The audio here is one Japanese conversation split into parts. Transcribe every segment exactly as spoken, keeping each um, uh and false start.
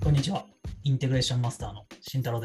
こんにちは。インテグレーションマスターの慎太郎です。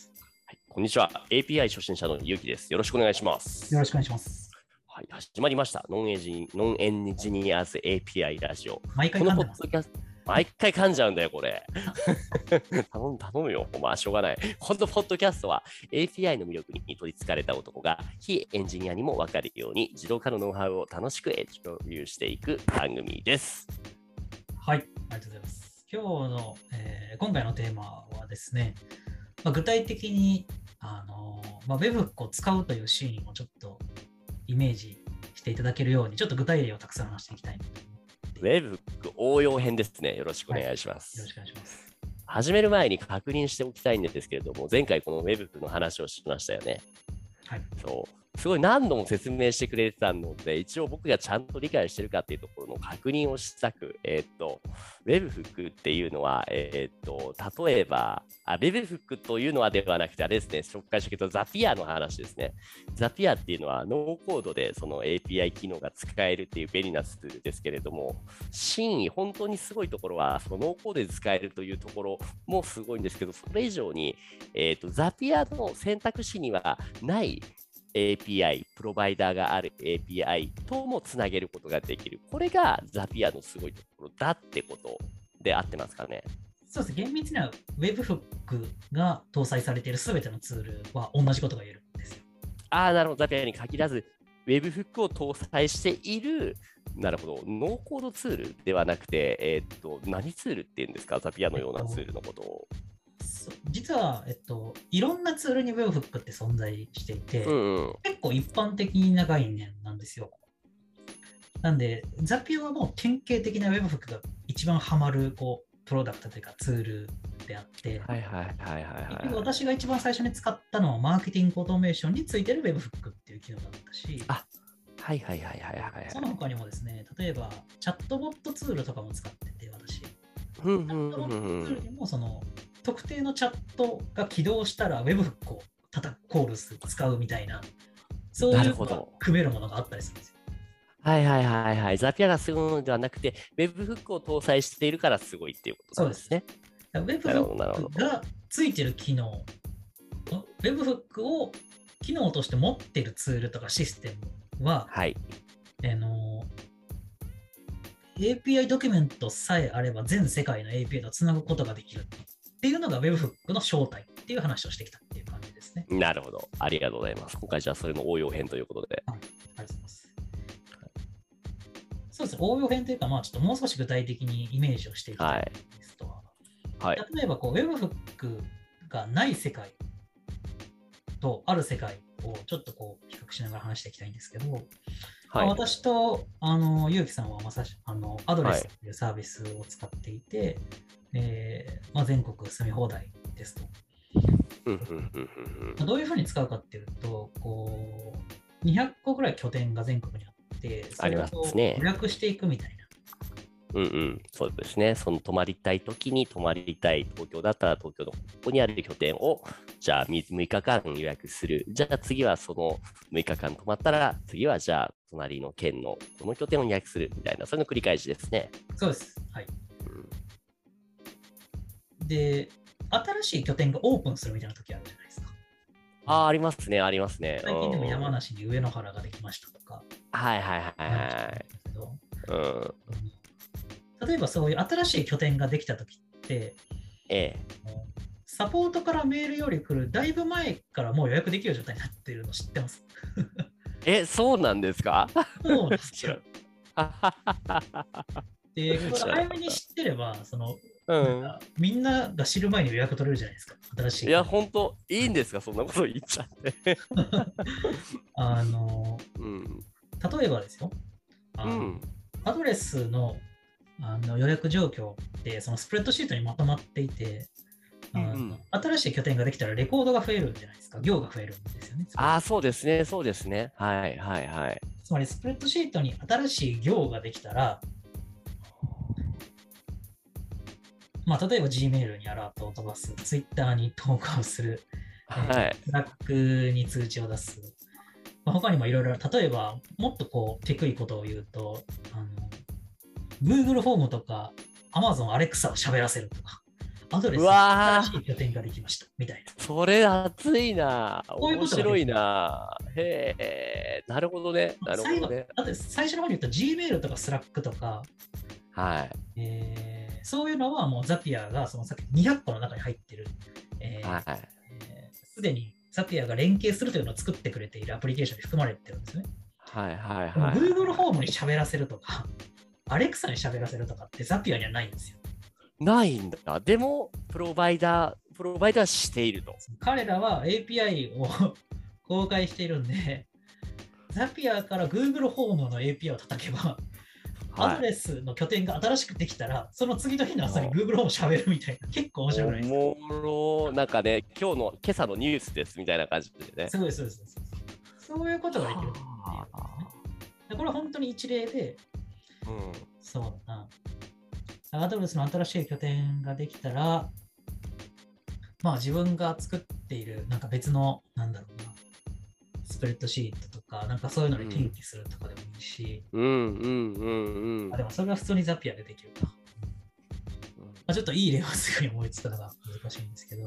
はい、こんにちは。エーピーアイ 初心者のゆうきです。よろしくお願いします。 よろしくお願いします。 はい、始まりました。ノンエンジノンエンジニアズ エーピーアイ ラジオ。 毎回噛んでます。 このポッドキャスト毎回噛んじゃうんだよ、これ。頼む、頼むよ。まあ、しょうがない。このポッドキャストは エーピーアイ の魅力に取りつかれた男が非エンジニアにも分かるように自動化のノウハウを楽しく共有していく番組です。 はい、ありがとうございます。今日の、えー、今回のテーマはですね、まあ、具体的にあの、まあ、Webhook を使うというシーンをちょっとイメージしていただけるように、ちょっと具体例をたくさん話していきたい。 Webhook 応用編ですね。よろしくお願いします。 はい、よろしくお願いします。 始める前に確認しておきたいんですけれども、前回この Webhook の話をしましたよね。 はい。 そう。すごい何度も説明してくれてたので、一応僕がちゃんと理解してるかっていうところの確認をしたく、えっと、Webhook っていうのは、えっと、例えば、あ、Webhook というのはではなくて、あれですね、紹介したけど、Zapier の話ですね。Zapier っていうのは、ノーコードでその エーピーアイ 機能が使えるっていう便利なツールですけれども、真意、本当にすごいところは、そのノーコードで使えるというところもすごいんですけど、それ以上に、えっと、Zapier の選択肢にはない、エーピーアイ、プロバイダーがある エーピーアイ ともつなげることができる。これが Zapier のすごいところだってことで合ってますかね。 そうです。厳密には Webhook が搭載されているすべてのツールは同じことが言えるんですよ。 ああ、なるほど。Zapier に限らず、Webhook を搭載している、なるほど。ノーコードツールではなくて、えー、っと、何ツールっていうんですか ?Zapier のようなツールのことを。 実は、えっと、いろんなツールに Webhook って存在していて、うんうん、結構一般的な概念なんですよ。なんで、Zapier はもう典型的な Webhook が一番ハマるこうプロダクトというかツールであって、 はいはいはいはい、はい。 私が一番最初に使ったのはマーケティングオートメーションについてる Webhook っていう機能だったし、 あ、はいはいはいはいはい。 その他にもですね、例えばチャットボットツールとかも使ってて、私。チャットボットツールにもその特定のチャットが起動したら Webhook を叩くコールする使うみたいな、そういうのが組めるものがあったりするんですよ。 はいはいはいはい。Zapier がすごいのではなくて、Webhook を搭載しているからすごいっていうことなんですね。 そうです。Webhook がついてる機能、Webhook を機能として持っているツールとかシステムは、 はい、 あの エーピーアイ ドキュメントさえあれば全世界の エーピーアイ とつなぐことができるっていうのが Webhook の正体っていう話をしてきたっていう感じですね。 なるほど。ありがとうございます。今回じゃあそれの応用編ということで。 はい、ありがとうございます。そうですね。応用編というか、まあちょっともう少し具体的にイメージをしていきたいんですと、はい、例えばこう Webhook がない世界とある世界をちょっとこう比較しながら話していきたいんですけど、はい、まあ、私とあのゆうきさんはまさしあのアドレスというサービスを使っていて、はい、えーまあ、全国住み放題ですと。どういうふうに使うかっていうと、こうにひゃっこぐらい拠点が全国にあって、それを予約していくみたいな。 うんうん、そうですね。その泊まりたいときに泊まりたい、東京だったら東京のここにある拠点を、じゃあむいかかん予約する。じゃあ次はそのむいかかん泊まったら、次はじゃあ隣の県のこの拠点を予約するみたいな、それの繰り返しですね。 そうです。はい。うん、で、新しい拠点がオープンするみたいな時あるじゃないですか。 ああ、ありますね、ありますね。 最近でも山梨に上野原ができましたとか。 はいはいはいはい。うん、 例えばそういう新しい拠点ができたときって、 ええ、 サポートからメールより来るだいぶ前からもう予約できる状態になっているの知ってますえ、そうなんですか？ そうですよ。で、これ早めに知ってれば、その、うん、みんなが知る前に予約取れるじゃないですか、新しい。 いや、本当いいんですか、そんなこと言っちゃって。 あの、うん、例えばですよ、あの、うん、アドレスのあの予約状況ってそのスプレッドシートにまとまっていて、あの、うん、新しい拠点ができたらレコードが増えるんじゃないですか、行が増えるんですよね。 ああ、そうですね、そうですね。はいはいはい。 つまりスプレッドシートに新しい行ができたら、まあ、例えば Gmail にアラートを飛ばす、Twitter に投稿する、 はい、 Slack に通知を出す。まあ、他にもいろいろ、例えばもっとこうテクいことを言うと、あの Google フォームとか Amazon Alexa を喋らせるとか。 アドレスに新しい拠点ができましたみたいな。 それ熱いな。 こういうことができる。 面白いな。へえ、なるほどね。なるほどね。 だって最初の方に言った Gmail とか Slack とか、 はい。 えー、そういうのはもうザピアがそのさっきにひゃっこの中に入ってる。えー、はい。すでにザピアが連携するというのを作ってくれているアプリケーションに含まれてるんですね。 はいはいはい。 Google ホームに喋らせるとか、Alexa に喋らせるとかってザピアにはないんですよ。 ないんだ。でも、プロバイダー、プロバイダーしていると。 彼らは エーピーアイ を公開しているんで、ザピアから Google ホームの エーピーアイ を叩けば、はい、アドレスの拠点が新しくできたら、その次の日の朝に Google ホーム喋るみたいな、結構面白くないですか？ おもろ、なんかね、今日の今朝のニュースですみたいな感じでね。 そうです、そうです。そういうことができるっていう、ね。これは本当に一例で、うん、そうだな。アドレスの新しい拠点ができたら、まあ自分が作っているなんか別の、なんだろうな、スプレッドシートとか、なんかそういうのに転記するとかでもいいし、 うんうんうんうん。 あ、でもそれは普通にザピアでできるか。うんまあ、ちょっといい例はすぐに思いつくのが難しいんですけど。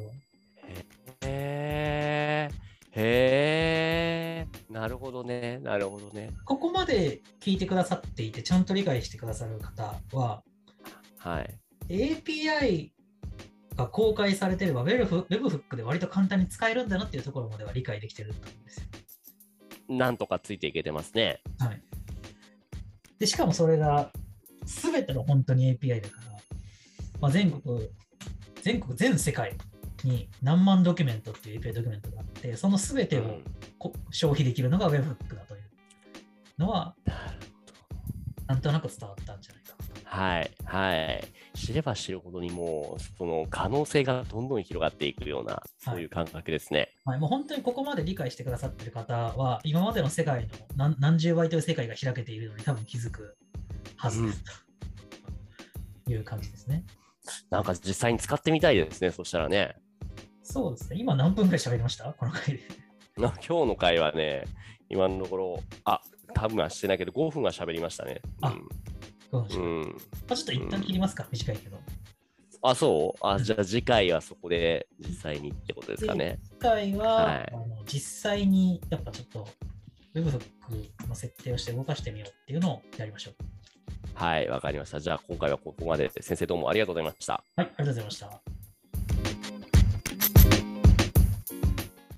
へー、へー、なるほどね、なるほどね。 ここまで聞いてくださっていて、ちゃんと理解してくださる方は、 はい、 エーピーアイ が公開されていれば Webhook で割と簡単に使えるんだなっていうところまでは理解できてると思うんですよ。 なんとかついていけてますね。 はい。で、しかもそれが全ての本当に エーピーアイ だから、まあ、全国、全国全世界に何万ドキュメントっていう エーピーアイ ドキュメントがあって、その全てを消費できるのが Webhook だというのは、なんとなく伝わったんじゃないかなと。 はいはい。知れば知るほどにもうその可能性がどんどん広がっていくようなそういう感覚ですね。 はいはい、もう本当にここまで理解してくださっている方は今までの世界の 何, 何十倍という世界が開けているのに多分気づくはずです、うん、という感じですね。 なんか実際に使ってみたいですね。そしたらね。 そうですね。今何分くらい喋りましたこの回で。 今日の回はね、今のところ、あ、多分はしてないけどごふんは喋りましたね。 あ、 うん、 うんまあ、ちょっと一旦切りますか、うん、短いけど。 あ、そうあ、じゃあ次回はそこで実際にってことですかね。 次回は、はい、あの実際にやっぱちょっと Webhook の設定をして動かしてみようっていうのをやりましょう。 はい、わかりました。じゃあ今回はここまで。先生どうもありがとうございました。 はい、ありがとうございました。